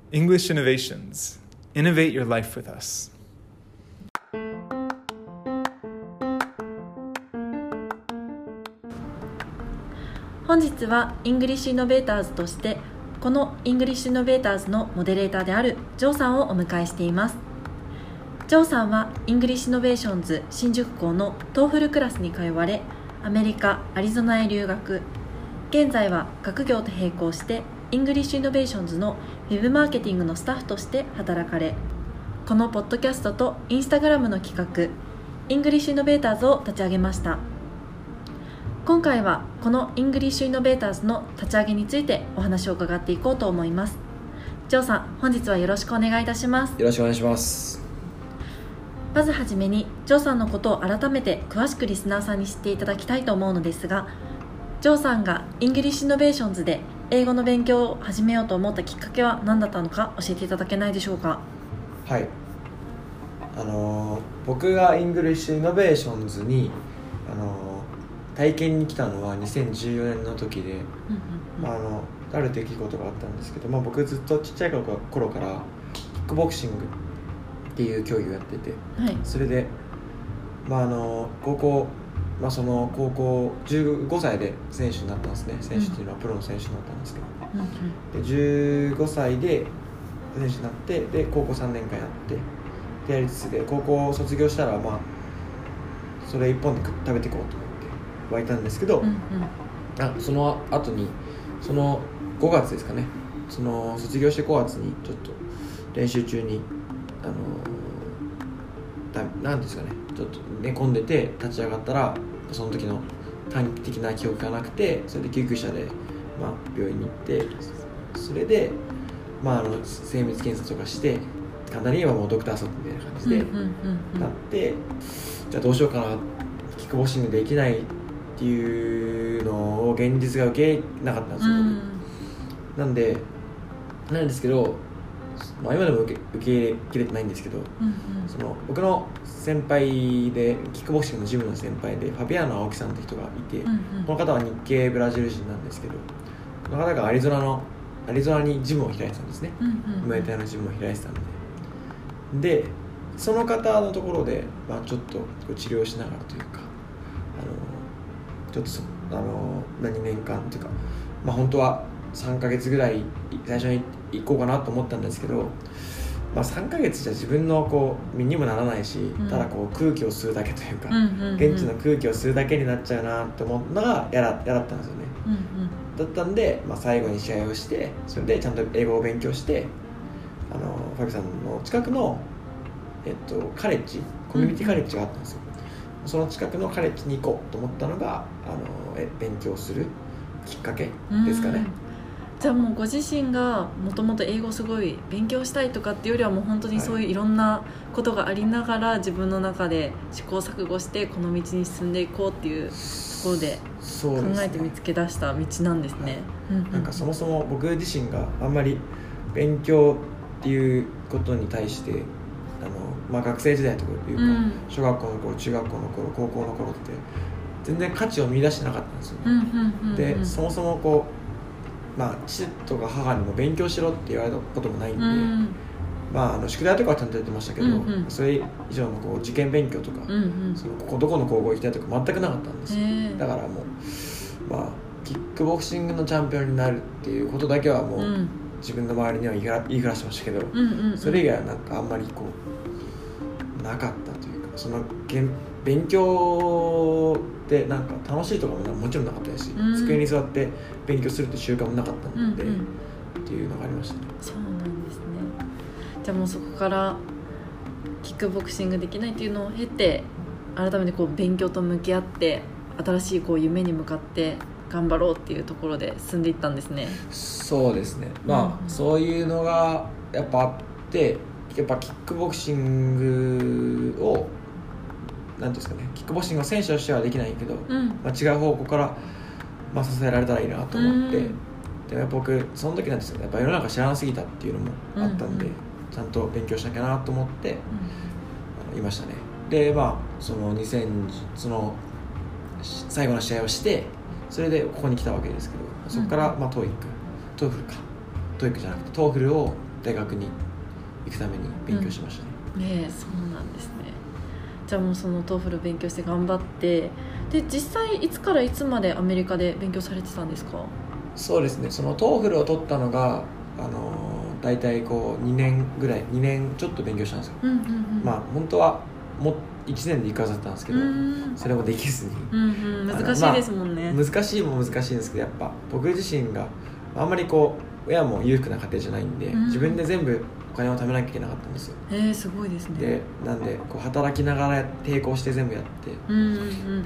English Innovations. Innovate your life with us. 本日はイングリッシュイノベーターズとしてこのイングリッシュイノベーターズのモデレーターであるジョーさんをお迎えしています。ジョーさんはイングリッシュイノベーションズ新宿校のトーフルクラスに通われ、アメリカ・アリゾナへ留学。現在は学業と並行してイングリッシュイノベーションズのウェブマーケティングのスタッフとして働かれ、このポッドキャストとインスタグラムの企画イングリッシュイノベーターズを立ち上げました。今回はこのイングリッシュイノベーターズの立ち上げについてお話を伺っていこうと思います。ジョーさん、本日はよろしくお願いいたします。 よろしくお願いします。 まずはじめにジョーさんのことを改めて詳しくリスナーさんに知っていただきたいと思うのですが、ジョーさんがイングリッシュイノベーションズで英語の勉強を始めようと思ったきっかけは何だったのか教えていただけないでしょうか。 はい、僕がイングリッシュイノベーションズに、体験に来たのは2014年の時で、ある出来事があったんですけど、僕ずっとちっちゃい頃からキックボクシングっていう競技をやってて、 はい、 それで、高校15歳で選手になったんですね。選手っていうのはプロの選手になったんですけど、で15歳で選手になって、で高校3年間やってでやりつつで、高校を卒業したらそれ一本で食べていこうと思って湧いたんですけど、その後にその5月ですかね、その卒業して5月にちょっと練習中になんですかね、ちょっと寝込んでて立ち上がったら、その時の短期的な記憶がなくて、それで救急車で、病院に行って、それで、精密検査とかして、簡単に言えばもうドクターストップみたいな感じでなって、じゃあどうしようかな、キックボクシングできないっていうのを現実が受けなかったんですよ、なんですけど、今でも受け入れてないんですけど、その僕の先輩でキックボクシングのジムの先輩でファビアーノ青木さんって人がいて、この方は日系ブラジル人なんですけど、この方がアリゾナにジムを開いてたんですね。ムエタイのジムを開いてたので、その方のところで、ちょっと治療しながらというか、ちょっと2年間というか、本当は3ヶ月ぐらい最初に行こうかなと思ったんですけど、3ヶ月じゃ自分の身にもならないし、ただ空気を吸うだけというか、現地の空気を吸うだけになっちゃうなと思うのが嫌だったんですよね。だったんで、最後に試合をして、それでちゃんと英語を勉強して、ファビさんの近くの、カレッジ、コミュニティカレッジがあったんですよ。その近くのカレッジに行こうと思ったのが勉強するきっかけですかね。 じゃあもうご自身がもともと英語すごい勉強したいとかっていうよりは、もう本当にそういういろんなことがありながら自分の中で試行錯誤してこの道に進んでいこうっていうところで考えて見つけ出した道なんですね。 なんかそもそも僕自身があんまり勉強っていうことに対して学生時代とかいうか、小学校の頃、中学校の頃、高校の頃って全然価値を見出してなかったんですよね。でそもそも父とか母にも勉強しろって言われたこともないんで、宿題とかはちゃんとやってましたけど、それ以上の受験勉強とか、どこの高校行きたいとか全くなかったんですよ。だからもう、キックボクシングのチャンピオンになるっていうことだけはもう、自分の周りには言いふらしてましたけど、それ以外はなんかあんまりなかったというか、その勉強ってなんか楽しいとかももちろんなかったですし、机に座って勉強するって習慣もなかったので、っていうのがありましたね。 そうなんですね。じゃあもうそこからキックボクシングできないっていうのを経て、改めて勉強と向き合って新しい夢に向かって頑張ろうっていうところで進んでいったんですね。 そうですね。そういうのがやっぱあって、やっぱキックボクシングをなんですかね、キックボクシングの選手としてはできないけど、違う方向から、支えられたらいいなと思って、でやっぱ僕その時なんですよ、やっぱ世の中知らなすぎたっていうのもあったんで、ちゃんと勉強しなきゃなと思って、いましたね。でその最後の試合をして、それでここに来たわけですけど、そこからトーフルじゃなくてトーフルを大学に行くために勉強しましたね。 ねえ、そうなんですね。じゃあもうそのトーフル勉強して頑張って、で実際いつからいつまでアメリカで勉強されてたんですか？ そうですね、そのトーフルを取ったのが大体こう2年ぐらい、2年ちょっと勉強したんですよ、まあ本当はもう1年で行くはずだったんですけど、それもできずに、 難しいですもんね。 難しいも難しいんですけど、やっぱ僕自身があんまりこう親も裕福な家庭じゃないんで、自分で全部お金を貯めなきゃいけなかったんですよ。 すごいですね。 でなんでこう働きながら並行して全部やって、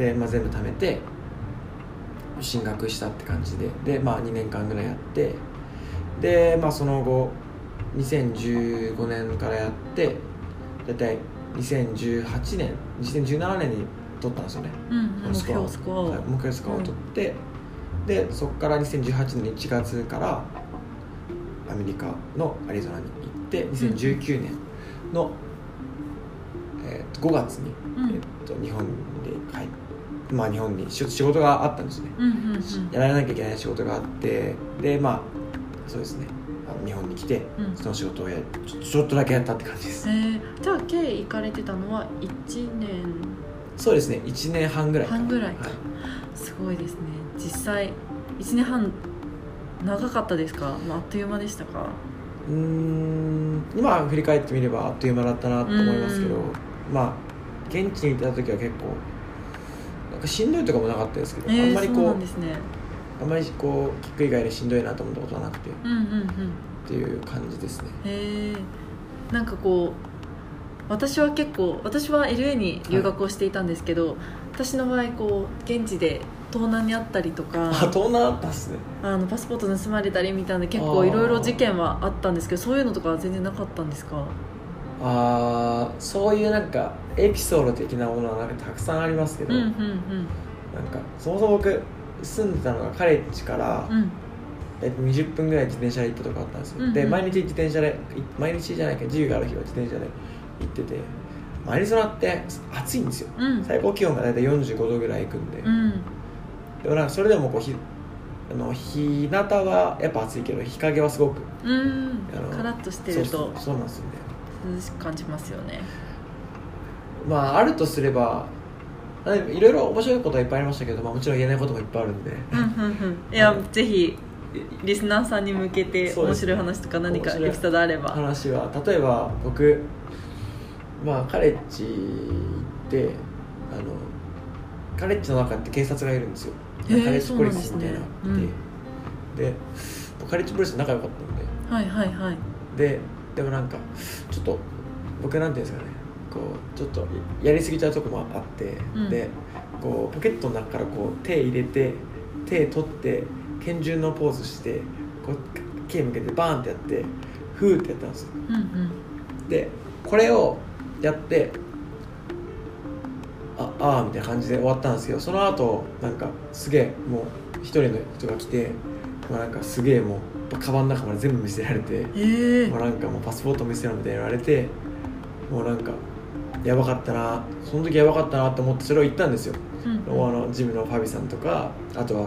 で、全部貯めて進学したって感じで、2年間ぐらいやって、で、その後2015年からやって、だいたい2017年に取ったんですよね、 目標スコアを取って、でそこから2018年1月からアメリカのアリゾナに行って、2019年の、5月に、日本で帰って、日本に仕事があったんですね、やらなきゃいけない仕事があって、でそうですね、日本に来て、その仕事をちょっとだけやったって感じです。 じゃあ計行かれてたのは1年？ そうですね、1年半ぐらいか。 すごいですね。実際1年半長かったですか？あっという間でしたか？ 今振り返ってみればあっという間だったなと思いますけど、現地にいた時は結構なんかしんどいとかもなかったですけど、あんまりこう、 そうなんですね。 あんまりこうキック以外でしんどいなと思ったことはなくて、っていう感じですね。 なんかこう私は LA に留学をしていたんですけど、私の場合こう現地で盗難にあったりとか、 盗難あったっすね。 パスポート盗まれたりみたいな結構いろいろ事件はあったんですけど、そういうのとかは全然なかったんですか？ そういうなんかエピソード的なものはなんかたくさんありますけど、なんかそもそも僕住んでたのがカレッジから、20分ぐらい自転車で行ったとこあったんですよ、で毎日じゃないか、自由がある日は自転車で行ってて、アリゾナって暑いんですよ、最高気温が大体45度ぐらいいくんで、でもなんかそれでもこう日向はやっぱ暑いけど日陰はすごくカラッとしてるとそうなんですよね、 涼しく感じますよね。 あるとすればいろいろ面白いことはいっぱいありましたけど、もちろん言えないこともいっぱいあるんで、 いや、ぜひリスナーさんに向けて面白い話とか何かエピソードあれば。 話は例えば僕、カレッジ行ってカレッジの中って警察がいるんですよ、カレッジポリスみたいなのがいて、でカレッジポリスと仲良かったので、でもなんかちょっと僕なんていうんですかね、こうちょっとやりすぎちゃうとこもあって、でこうポケットの中からこう手入れて手取って拳銃のポーズしてこう剣向けてバーンってやってフーってやったんですよ、でこれをやってあみたいな感じで終わったんですけど、その後なんかすげえもう一人の人が来て、なんかすげえもうカバンの中まで全部見せられて、もうなんかもうパスポート見せろみたいな言われて、もうなんかやばかったな、その時やばかったなと思ってそれを言ったんですよ、ジムのファビさんとか、あとは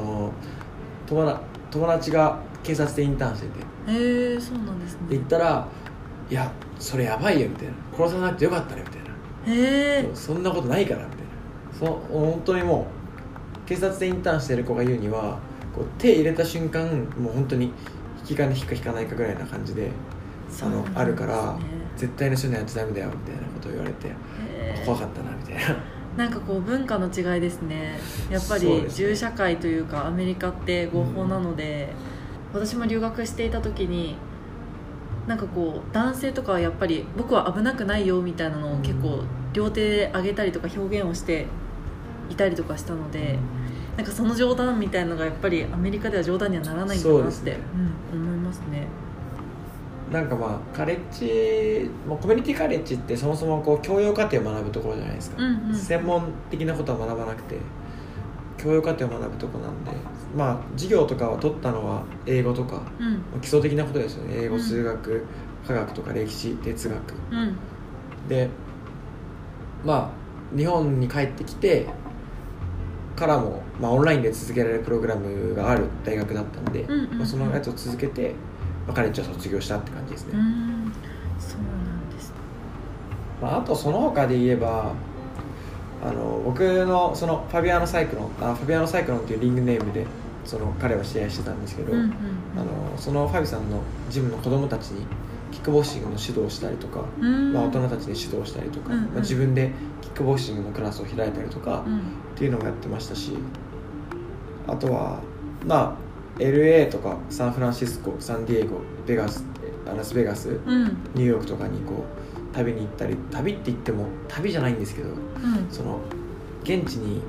友達が警察でインターンしてて、 そうなんですね。 で言ったら、いやそれやばいよみたいな、殺さなくてよかったねみたいな、そんなことないからみたいな、本当にもう警察でインターンしてる子が言うには、こう手入れた瞬間もう本当に引き金引くか引かないかぐらいな感じであるから、絶対にそういうのやっちゃダメだよみたいなことを言われて、怖かったなみたいな。 なんかこう文化の違いですね。やっぱり銃社会というかアメリカって合法なので、私も留学していた時になんかこう男性とかはやっぱり僕は危なくないよみたいなのを結構両手で上げたりとか表現をしていたりとかしたので、なんかその冗談みたいなのがやっぱりアメリカでは冗談にはならないんだなって、思いますね。 なんかカレッジコミュニティカレッジってそもそもこう教養課程を学ぶところじゃないですか、専門的なことは学ばなくて教養課程を学ぶところなんで、授業とかは取ったのは英語とか、基礎的なことですよね。英語、数学、科学とか歴史、哲学、で日本に帰ってきてからも、オンラインで続けられるプログラムがある大学だったんで、そのやつを続けて、 カレッジを卒業したって感じですね。 そうなんです、 あとその他で言えば僕のそのファビアーノサイクロンっていうリングネームでその彼は試合してたんですけど、そのファビさんのジムの子供たちにキックボクシングの指導をしたりとか、大人たちに指導したりとか、自分でキックボクシングのクラスを開いたりとか、っていうのもやってましたし、あとはLA とかサンフランシスコ、サンディエゴ、ラスベガス、ニューヨークとかにこう旅に行ったり、旅って言っても旅じゃないんですけど、その現地に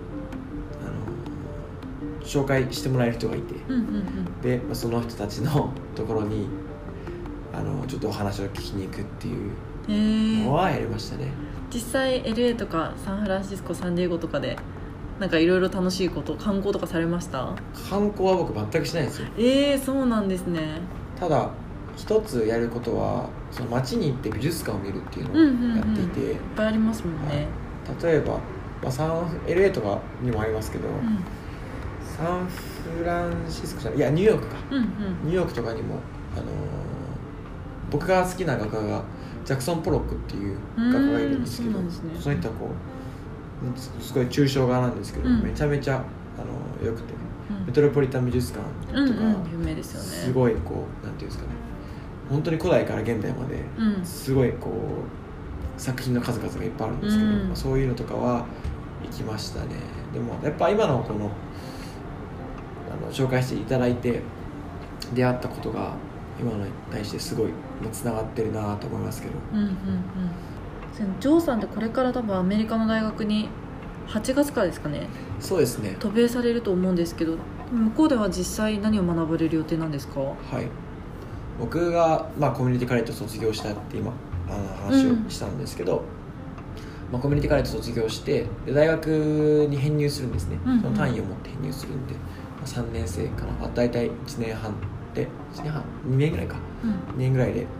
紹介してもらえる人がいて、でその人たちのところにちょっとお話を聞きに行くっていうのはやりましたね。 実際 LA とかサンフランシスコ、サンディエゴとかでなんかいろいろ楽しいこと観光とかされました？ 観光は僕全くしないんですよ。 そうなんですね。 ただ一つやることはその街に行って美術館を見るっていうのをやっていて、 いっぱいありますもんね。 例えば、LA とかにもありますけど、サンフランシスコじゃない、いやニューヨークか、ニューヨークとかにも僕が好きな画家がジャクソン・ポロックっていう画家がいるんですけど、その人はこうすごい抽象画なんですけど、めちゃめちゃ良くて、メトロポリタン美術館とか、 有名ですよね。 すごいこうなんていうんですかね、本当に古代から現代まですごいこう作品の数々がいっぱいあるんですけど、そういうのとかは行きましたね。でもやっぱ今のこの紹介していただいて出会ったことが今のに対してすごいつながってるなと思いますけど、 ジョーさんってこれから多分アメリカの大学に8月からですかね。 そうですね、 渡米されると思うんですけど、向こうでは実際何を学ばれる予定なんですか？ はい、僕が、コミュニティカレッジを卒業したって今話をしたんですけど、コミュニティカレッジ卒業してで大学に編入するんですね、その単位を持って編入するんで、3年生かな、大体1年半で2年ぐらいか、2年ぐらいで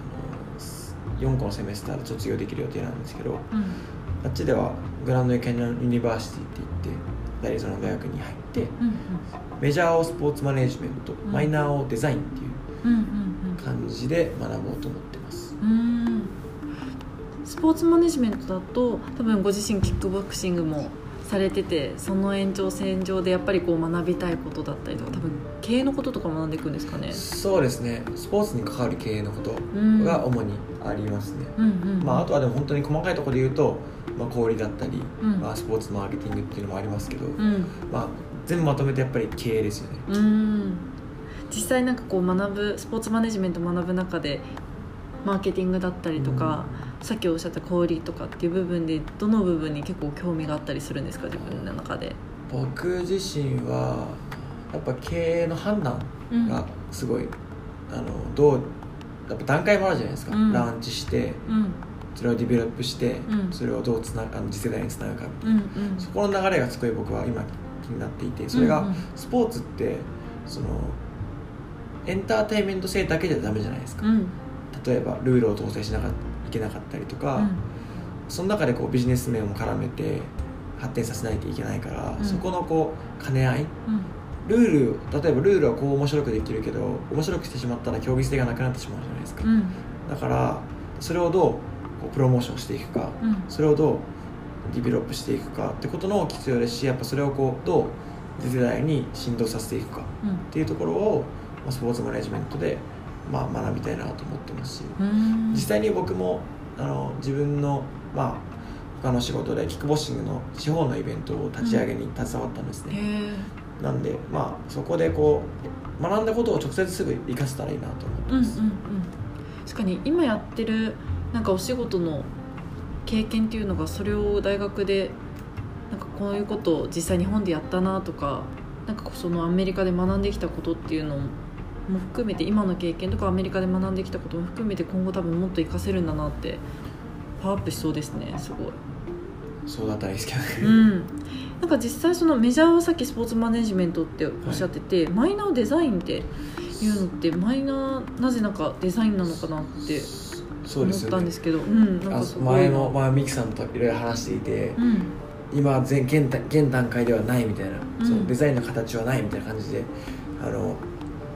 4個のセメスターで卒業できる予定なんですけど、あっちではグランドキャニオンユニバーシティって言ってアリゾナの大学に入って、メジャーをスポーツマネージメント、マイナーをデザインっていう感じで学ぼうと思ってます。 スポーツマネジメントだと多分ご自身キックボクシングもされてて、その延長線上でやっぱりこう学びたいことだったりとか、多分経営のこととか学んでいくんですかね。そうですね、 スポーツに関わる経営のことが主にありますね。あとはでも本当に細かいところで言うと、小売りだったり、スポーツマーケティングっていうのもありますけど、全部まとめてやっぱり経営ですよね。 実際なんかこうスポーツマネジメント学ぶ中でマーケティングだったりとか、さっきおっしゃった小売りとかっていう部分でどの部分に結構興味があったりするんですか、自分の中で。 僕自身はやっぱ経営の判断がすごい、やっぱ段階もあるじゃないですか、ランチして、それをディベロップして、それをどう次世代につなぐかみたいな、そこの流れがすごい僕は今気になっていて、それがスポーツってそのエンターテインメント性だけじゃダメじゃないですか、例えばルールを統制しなきゃいけなかったりとか、その中でこうビジネス面を絡めて発展させないといけないから、そこのこう兼ね合い、例えばルールはこう面白くできるけど面白くしてしまったら競技性がなくなってしまうじゃないですか、だからそれをどうこうプロモーションしていくか、それをどうディベロップしていくかってことの必要ですし、やっぱそれをこうどう次世代に振動させていくかっていうところを、スポーツマネジメントで学びたいなと思ってますし、実際に僕も自分の他の仕事でキックボクシングの地方のイベントを立ち上げに携わったんですね。なんでそこでこう学んだことを直接すぐ活かせたらいいなと思ってます。 確かに今やってるなんかお仕事の経験っていうのが、それを大学でなんかこういうことを実際日本でやったなとか、なんかそのアメリカで学んできたことっていうのも含めて、今の経験とかアメリカで学んできたことも含めて今後多分もっと活かせるんだなってパワーアップしそうですね。すごいそうだったらいいですけどね。なんか実際そのメジャーはさっきスポーツマネジメントっておっしゃってて、マイナーデザインっていうのってマイナーなぜなんかデザインなのかなって思ったんですけど、なんかすごい前ミキさんといろいろ話していて、今現段階ではないみたいな、そのデザインの形はないみたいな感じで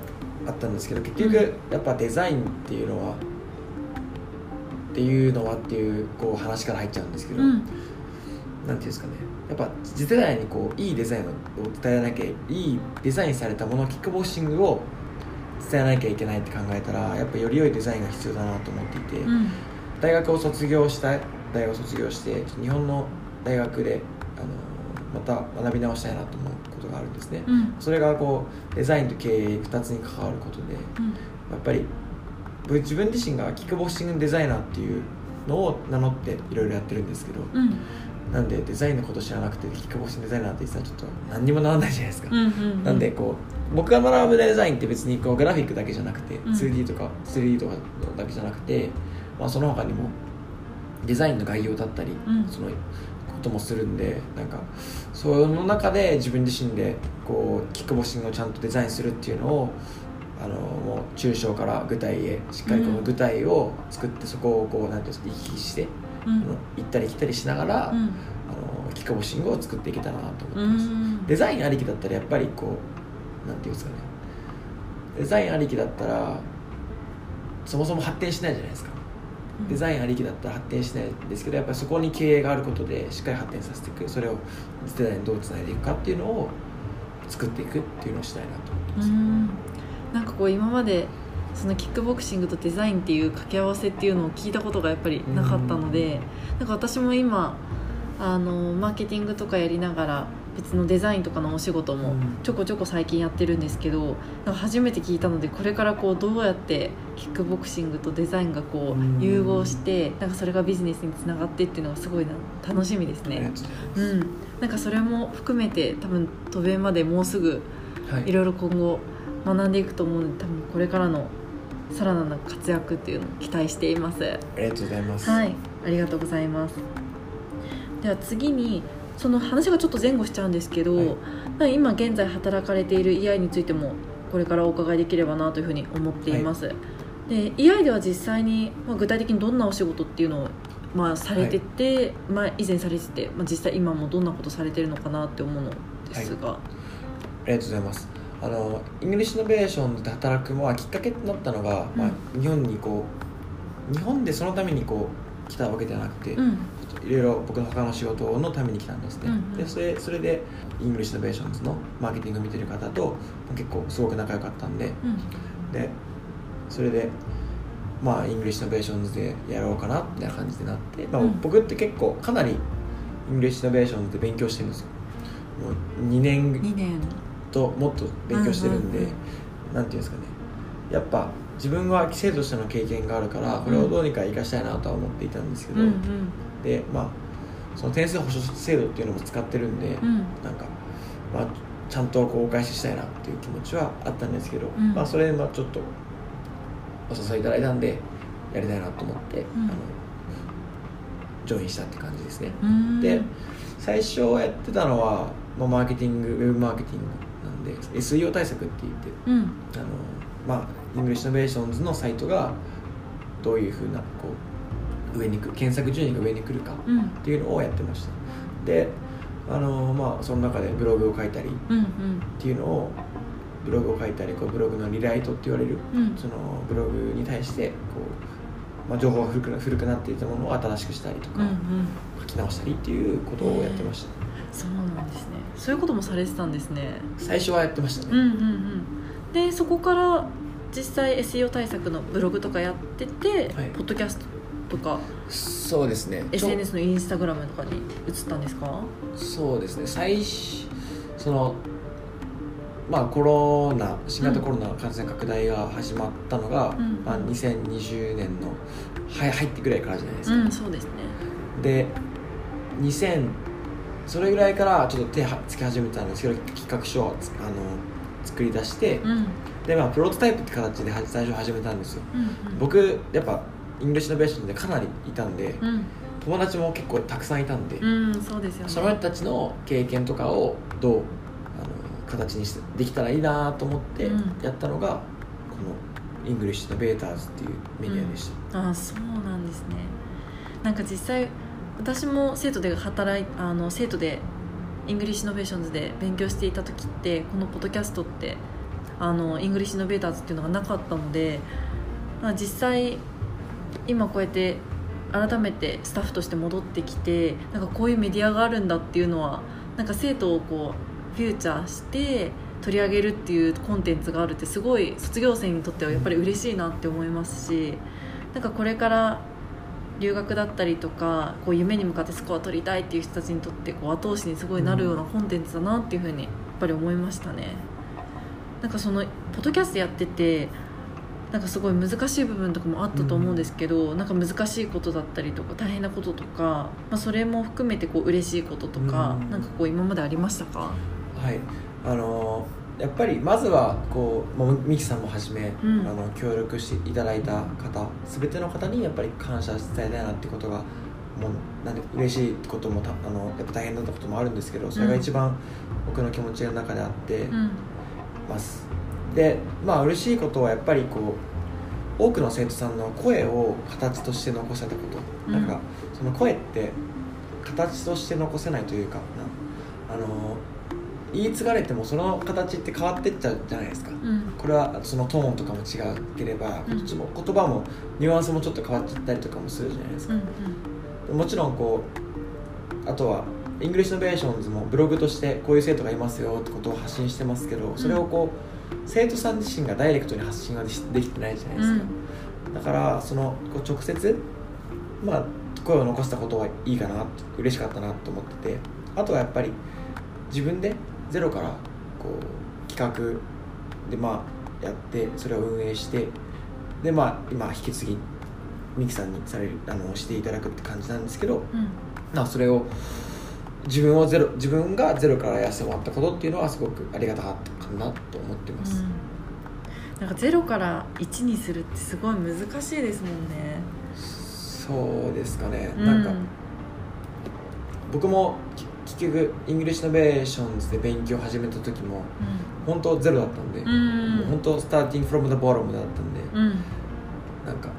あったんですけど、結局やっぱデザインっていうのはっていうこう話から入っちゃうんですけど、なんていうんですかね、やっぱ次世代にこういいデザインを伝えなきゃいいデザインされたもの、キックボクシングを伝えなきゃいけないって考えたら、やっぱより良いデザインが必要だなと思っていて、大学を卒業して日本の大学でまた学び直したいなと思うことがあるんですね、それがこうデザインと経営2つに関わることで、やっぱり自分自身がキックボクシングデザイナーっていうのを名乗っていろいろやってるんですけど、なんでデザインのこと知らなくてキックボクシングデザイナーって言ってたらちょっと何にもならないじゃないですか、なんでこう僕が学ぶデザインって別にこうグラフィックだけじゃなくて、2D とか 3D とかだけじゃなくて、その他にもデザインの概要だったり、そのこともするんで、なんかその中で自分自身でこうキックボクシングをちゃんとデザインするっていうのをもう抽象から具体へしっかりこの具体を作って、そこをこうなんていうんですか、行き来して、行ったり来たりしながら、キックボクシングを作っていけたらなと思ってます、デザインありきだったらやっぱりこうなんていうんですかね、デザインありきだったらそもそも発展しないじゃないですか、デザインありきだったら発展しないんですけど、やっぱりそこに経営があることでしっかり発展させていく、それを次世代にどうつないでいくかっていうのを作っていくっていうのをしたいなと思ってます。 なんかこう今までそのキックボクシングとデザインっていう掛け合わせっていうのを聞いたことがやっぱりなかったので、なんか私も今マーケティングとかやりながら別のデザインとかのお仕事もちょこちょこ最近やってるんですけど、なんか初めて聞いたので、これからこうどうやってキックボクシングとデザインがこう融合して、なんかそれがビジネスにつながってっていうのがすごい楽しみですね。なんかそれも含めて多分渡米までもうすぐいろいろ今後学んでいくと思うので、多分これからのさらなる活躍っていうのを期待しています。 ありがとうございます。 はい、ありがとうございます。では次に、その話がちょっと前後しちゃうんですけど、今現在働かれている EI についてもこれからお伺いできればなというふうに思っています、で EI では実際に、具体的にどんなお仕事っていうのを、されてて、以前されてて、実際今もどんなことされてるのかなって思うのですが、 ありがとうございます。イングリッシュイノベーションで働くのはきっかけとなったのが、日本でそのために来たわけではなくて、いろいろ僕の他の仕事のために来たんですね、でそれでイングリッシュイノベーションズのマーケティングを見てる方と結構すごく仲良かったんで、でそれでイングリッシュイノベーションズでやろうかなみたいな感じになって、僕って結構かなりイングリッシュイノベーションズで勉強してるんですよ。もう2年ともっと勉強してるんで、なんていうんですかね、やっぱ自分は生徒としての経験があるからこれをどうにか生かしたいなとは思っていたんですけど、でその点数保証制度っていうのも使ってるんで、なんかちゃんとお返ししたいなっていう気持ちはあったんですけど、それでちょっとお誘いいただいたんでやりたいなと思って、ジョインしたって感じですね。で最初やってたのは、マーケティング、ウェブマーケティングなんで SEO 対策って言って、イングリッシュイノベーションズのサイトがどういうふうな上に検索順位が上に来るかっていうのをやってました。でその中でブログを書いたりっていうのを、ブログを書いたりブログのリライトって言われる、そのブログに対して情報が古くなっていたものを新しくしたりとか、書き直したりっていうことをやってました。 そうなんですね。そういうこともされてたんですね。 最初はやってましたね。 でそこから実際 SEO 対策のブログとかやってて、ポッドキャストとか、 そうですね、 SNS のインスタグラムとかに移ったんですか？ そうですね、コロナ、新型コロナの感染拡大が始まったのが、2020年の入ってぐらいからじゃないですか。 そうですね。 でそれぐらいからちょっと手つけ始めたんですけど、企画書を作り出して、でプロトタイプって形で最初始めたんですよ。僕やっぱイングリッシュイノベーションでかなりいたんで、友達も結構たくさんいたんで、 そうですよね、 その人たちの経験とかをどう形にしてできたらいいなと思ってやったのが、このイングリッシュイノベーターズっていうメディアでした。 そうなんですね。なんか実際私も生徒でイングリッシュイノベーションズで勉強していた時って、このポッドキャストってイングリッシュイノベーターズっていうのがなかったので、実際今こうやって改めてスタッフとして戻ってきて、なんかこういうメディアがあるんだっていうのは、なんか生徒をこうフューチャーして取り上げるっていうコンテンツがあるってすごい卒業生にとってはやっぱり嬉しいなって思いますし、なんかこれから留学だったりとかこう夢に向かってスコア取りたいっていう人たちにとってこう後押しにすごいなるようなコンテンツだなっていうふうにやっぱり思いましたね。なんかそのポッドキャストやっててなんかすごい難しい部分とかもあったと思うんですけど、なんか難しいことだったりとか大変なこととか、それも含めてこう嬉しいこととか、なんかこう今までありましたか？ はい、やっぱりまずはこうミキさんもはじめ、協力していただいた方全ての方にやっぱり感謝伝えたいなってことがもうなんで嬉しいこともやっぱ大変だったこともあるんですけど、それが一番僕の気持ちの中であってます。で嬉しいことはやっぱりこう多くの生徒さんの声を形として残せたこと、なんかその声って形として残せないというか言い継がれてもその形って変わってっちゃうじゃないですか、これはそのトーンとかも違ければ、言葉もニュアンスもちょっと変わっちゃったりとかもするじゃないですか、もちろんこうあとはイングリッシュイノベーションズもブログとしてこういう生徒がいますよってことを発信してますけど、それをこう生徒さん自身がダイレクトに発信ができてないじゃないですか、だからそのこう直接声を残したことはいいかな嬉しかったなと思ってて、あとはやっぱり自分でゼロからこう企画でやってそれを運営してで今引き継ぎミキさんにしていただくって感じなんですけど、それを自分がゼロからやらせてもらったことっていうのはすごくありがたかったかなと思ってます、 なんかゼロから1にするってすごい難しいですもんね。 そうですかね、なんか僕も結局イングリッシュイノベーションズで勉強を始めた時も、本当ゼロだったんで、もう本当スターティングフロムザボトムだったんで、なんか、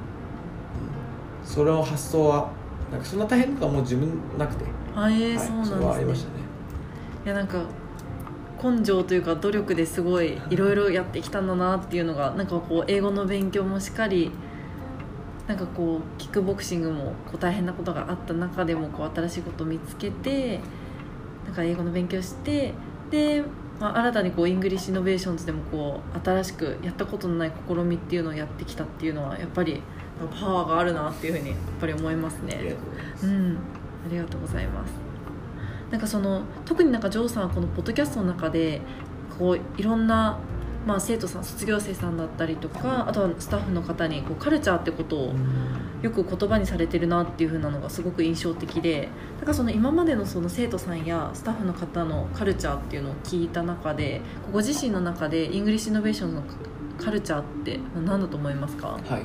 それの発想はなんかそんな大変とかもう自分なくて、 そうなんですね。 それはありましたね。 いやなんか根性というか努力ですごいいろいろやってきたんだなっていうのが、なんかこう英語の勉強もしっかり、なんかこうキックボクシングもこう大変なことがあった中でもこう新しいことを見つけて、なんか英語の勉強して、で、新たにこうイングリッシュイノベーションズでもこう新しくやったことのない試みっていうのをやってきたっていうのはやっぱりパワーがあるなっていうふうにやっぱり思いますね。 ありがとうございます。 ありがとうございます。なんか特になんかジョーさんはこのポッドキャストの中でこういろんな、生徒さん卒業生さんだったりとか、あとはスタッフの方にこうカルチャーってことをよく言葉にされてるなっていう風なのがすごく印象的で、だから今までのその生徒さんやスタッフの方のカルチャーっていうのを聞いた中で、ご自身の中でイングリッシュイノベーションのカルチャーって何だと思いますか？ はい、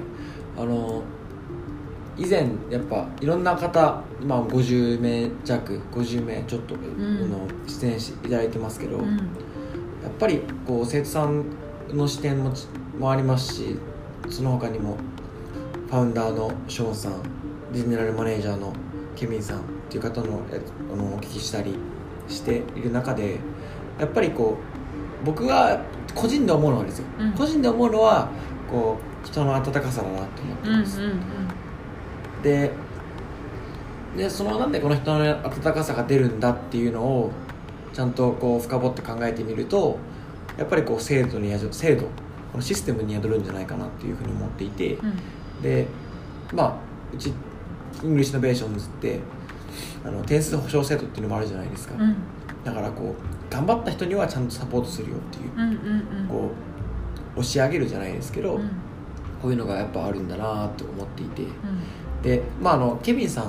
以前やっぱいろんな方、50名弱50名ちょっと出演していただいてますけど、やっぱりこう生徒さんの視点もありますし、その他にもファウンダーのショーンさん、ジェネラルマネージャーのケビンさんっていう方のお聞きしたりしている中で、やっぱりこう僕が個人で思うのはですよ、個人で思うのはこう人の温かさだなと思ってます、でなんでこの人の温かさが出るんだっていうのをちゃんとこう深掘って考えてみると、やっぱりこう制度このシステムに宿るんじゃないかなっていうふうに思っていて、でうちイングリッシュイノベーションズって点数保証制度っていうのもあるじゃないですか、だからこう頑張った人にはちゃんとサポートするよっていう、こう押し上げるじゃないですけど、こういうのがやっぱあるんだなと思っていて、でケビンさん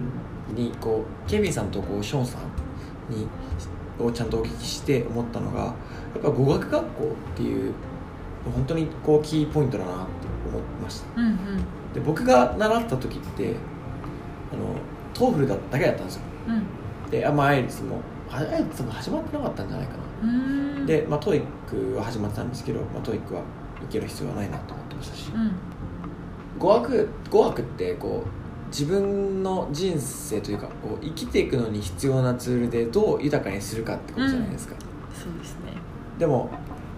とこうショーンさんをちゃんとお聞きして思ったのが、やっぱ語学学校っていう本当にこうキーポイントだなって思いました、で僕が習った時ってトーフルだけだったんですよ、でアイエルツも始まってなかったんじゃないかな、でトイックは始まってたんですけど、トイックは受ける必要はないなと思ってましたし、語学ってこう自分の人生というかこう生きていくのに必要なツールでどう豊かにするかってことじゃないですか、 そうですね。 でも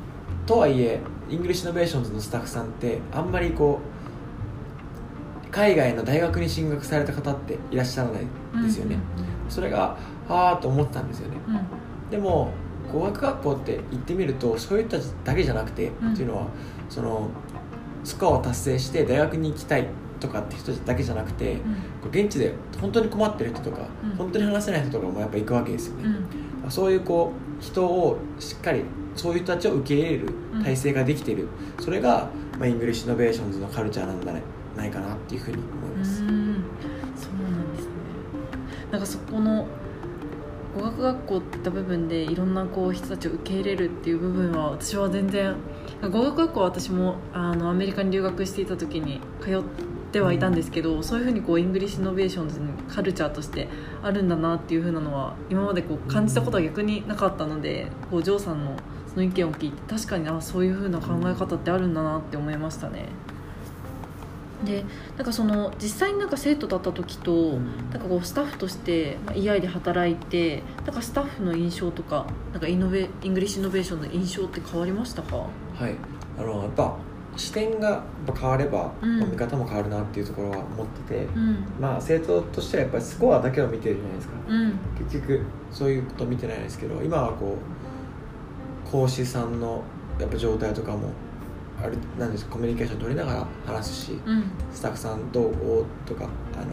とはいえイングリッシュイノベーションズのスタッフさんってあんまりこう海外の大学に進学された方っていらっしゃらないんですよね、それがはーと思ってたんですよね、でも語学学校って行ってみるとそういう人たちだけじゃなくて、っていうのはそのスコアを達成して大学に行きたいとかって人だけじゃなくて、現地で本当に困ってる人とか、本当に話せない人とかもやっぱ行くわけですよね、そういうこう人をしっかりそういう人たちを受け入れる体制ができている、それが、イングリッシュイノベーションズのカルチャーなんじゃないかなっていうふうに思います。 そうなんですね。なんかそこの語学学校っていった部分でいろんなこう人たちを受け入れるっていう部分は私は全然、語学学校は私もアメリカに留学していた時に通ってはいたんですけど、そういうふうにこうイングリッシュイノベーションズにカルチャーとしてあるんだなっていうふうなのは今までこう感じたことは逆になかったので、こうジョーさんのその意見を聞いて確かにそういうふうな考え方ってあるんだなって思いましたね。でなんかその実際になんか生徒だった時と、なんかこうスタッフとして、EI で働いてなんかスタッフの印象とか、なんかイングリッシュイノベーションの印象って変わりましたか？ はい、やっぱ視点が変われば、見方も変わるなっていうところは思ってて、生徒としてはやっぱりスコアだけを見てるじゃないですか、結局そういうことを見てないですけど、今はこう講師さんのやっぱ状態とかもあれなんですか、コミュニケーション取りながら話すし、スタッフさんどうとか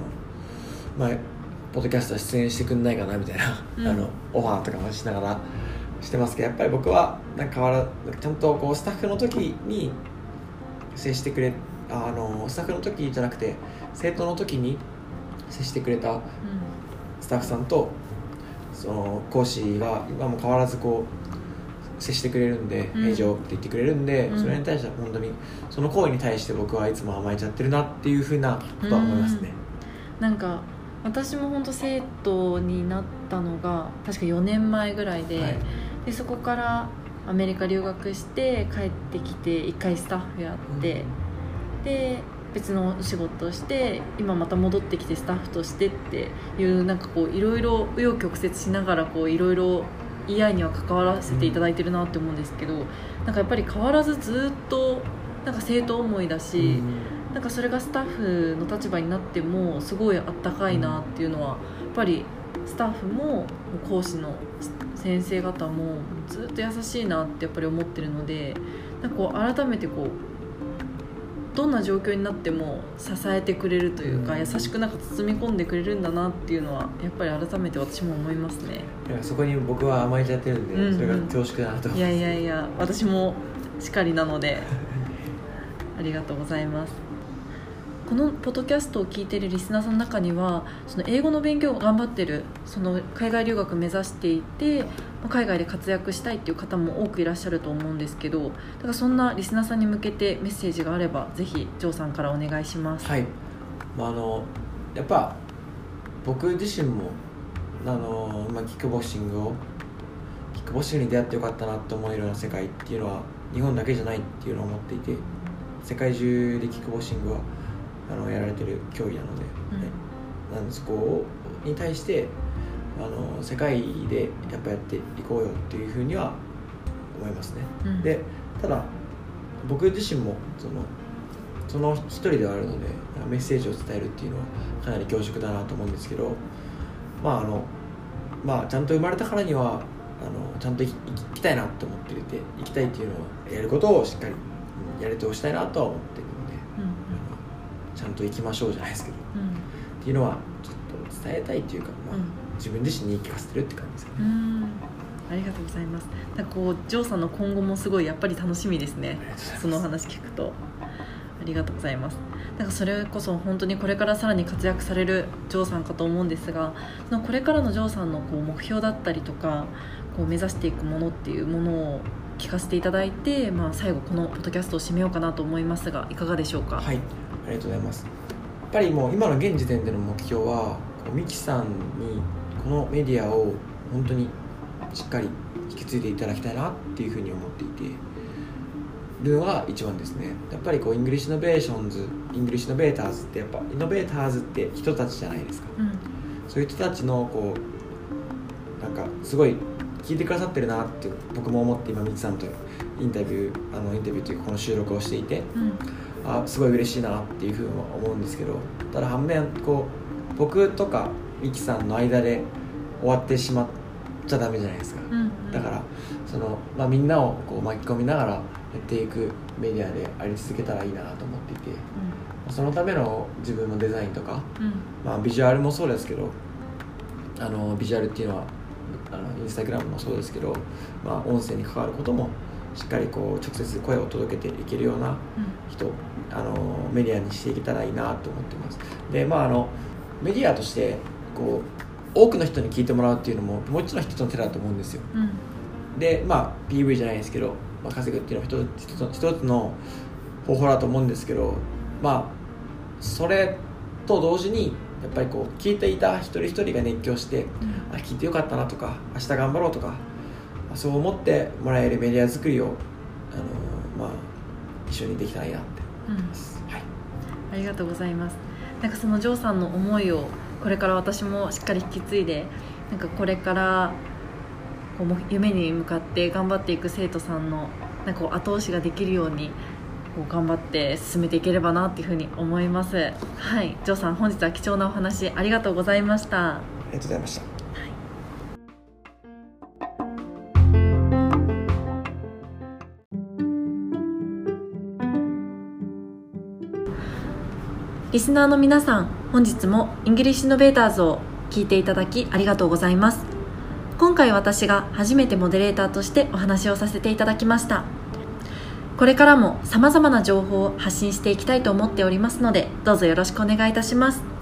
ポッドキャスト出演してくんないかなみたいな、オファーとかもしながらしてますけど、やっぱり僕はなんかちゃんとこうスタッフの時に接してくれスタッフの時じゃなくて生徒の時に接してくれたスタッフさんとその講師が今も変わらずこう接してくれるんで、平常って言ってくれるんで、それに対しては本当にその行為に対して僕はいつも甘えちゃってるなっていうふうなことは思いますね。 なんか私も本当生徒になったのが確か4年前ぐらいで、でそこからアメリカ留学して帰ってきて1回スタッフやって、で別の仕事をして今また戻ってきてスタッフとしてっていうなんかこういろいろ紆余曲折しながらこういろいろEI には関わらせていただいてるなって思うんですけど、なんかやっぱり変わらずずっとなんか生徒思いだし、なんかそれがスタッフの立場になってもすごいあったかいなっていうのはやっぱりスタッフも講師の先生方もずっと優しいなってやっぱり思ってるので、なんかこう改めてこうどんな状況になっても支えてくれるというか、優しくなんか包み込んでくれるんだなっていうのはやっぱり改めて私も思いますね。 いやそこに僕は甘えちゃってるんで、それが恐縮だなと思います。 いや私もしかりなのでありがとうございます。このポッドキャストを聞いているリスナーさんの中にはその英語の勉強を頑張ってる、その海外留学目指していて海外で活躍したいっていう方も多くいらっしゃると思うんですけど、だからそんなリスナーさんに向けてメッセージがあればぜひジョーさんからお願いします。 はい、やっぱ僕自身もキックボクシングに出会ってよかったなと思えるような世界っていうのは日本だけじゃないっていうのを思っていて、世界中でキックボクシングはやられてる競技なので、そこに対して世界でやっぱやっていこうよっていうふうには思いますね、でただ僕自身もその一人ではあるのでメッセージを伝えるっていうのはかなり恐縮だなと思うんですけど、ちゃんと生まれたからにはちゃんと生きたいなと思っていて、生きたいっていうのはやることをしっかりやり通したいなとは思っているので、ちゃんと生きましょうじゃないですけど、っていうのはちょっと伝えたいっていうか、自分自身に言い聞かせてるって感じですかね。 ありがとうございます。なんかこうジョーさんの今後もすごいやっぱり楽しみですね。その話聞くとありがとうございます。なんかそれこそ本当にこれからさらに活躍されるジョーさんかと思うんですが、そのこれからのジョーさんのこう目標だったりとかこう目指していくものっていうものを聞かせていただいて、最後このポッドキャストを締めようかなと思いますがいかがでしょうか。 はい、ありがとうございます。やっぱりもう今の現時点での目標はミキさんにこのメディアを本当にしっかり引き継いでいただきたいなっていうふうに思っていてるのが一番ですね。やっぱりこうイングリッシュイノベーションズ、イングリッシュイノベーターズってやっぱイノベーターズって人たちじゃないですか、そういう人たちのこうなんかすごい聞いてくださってるなって僕も思って、今みちさんとインタビューというかこの収録をしていて、すごい嬉しいなっていうふうに思うんですけど、ただ反面僕とかみきさんの間で終わってしまっちゃダメじゃないですか、だからみんなを巻き込みながらやっていくメディアであり続けたらいいなと思っていて、そのための自分のデザインとか、ビジュアルもそうですけど、ビジュアルっていうのはインスタグラムもそうですけど、音声に関わることもしっかり直接声を届けていけるような人、メディアにしていけたらいいなと思ってます。で、メディアとして多くの人に聞いてもらうっていうのももう一つの一つの手だと思うんですよ、でPV じゃないですけど、稼ぐっていうのは一つの方法だと思うんですけど、それと同時にやっぱり聞いていた一人一人が熱狂して、聞いてよかったなとか明日頑張ろうとか、そう思ってもらえるメディア作りを一緒にできたらいいなって思ってます、 ありがとうございます。そのジョーさんの思いをこれから私もしっかり引き継いで、これから夢に向かって頑張っていく生徒さんの後押しができるように頑張って進めていければなっていうふうに思います。ジョーさん、本日は貴重なお話ありがとうございました。 ありがとうございました。 リスナーの皆さん、本日もイングリッシュイノベーターズを聞いていただきありがとうございます。今回私が初めてモデレーターとしてお話をさせていただきました。これからも様々な情報を発信していきたいと思っておりますので、どうぞよろしくお願いいたします。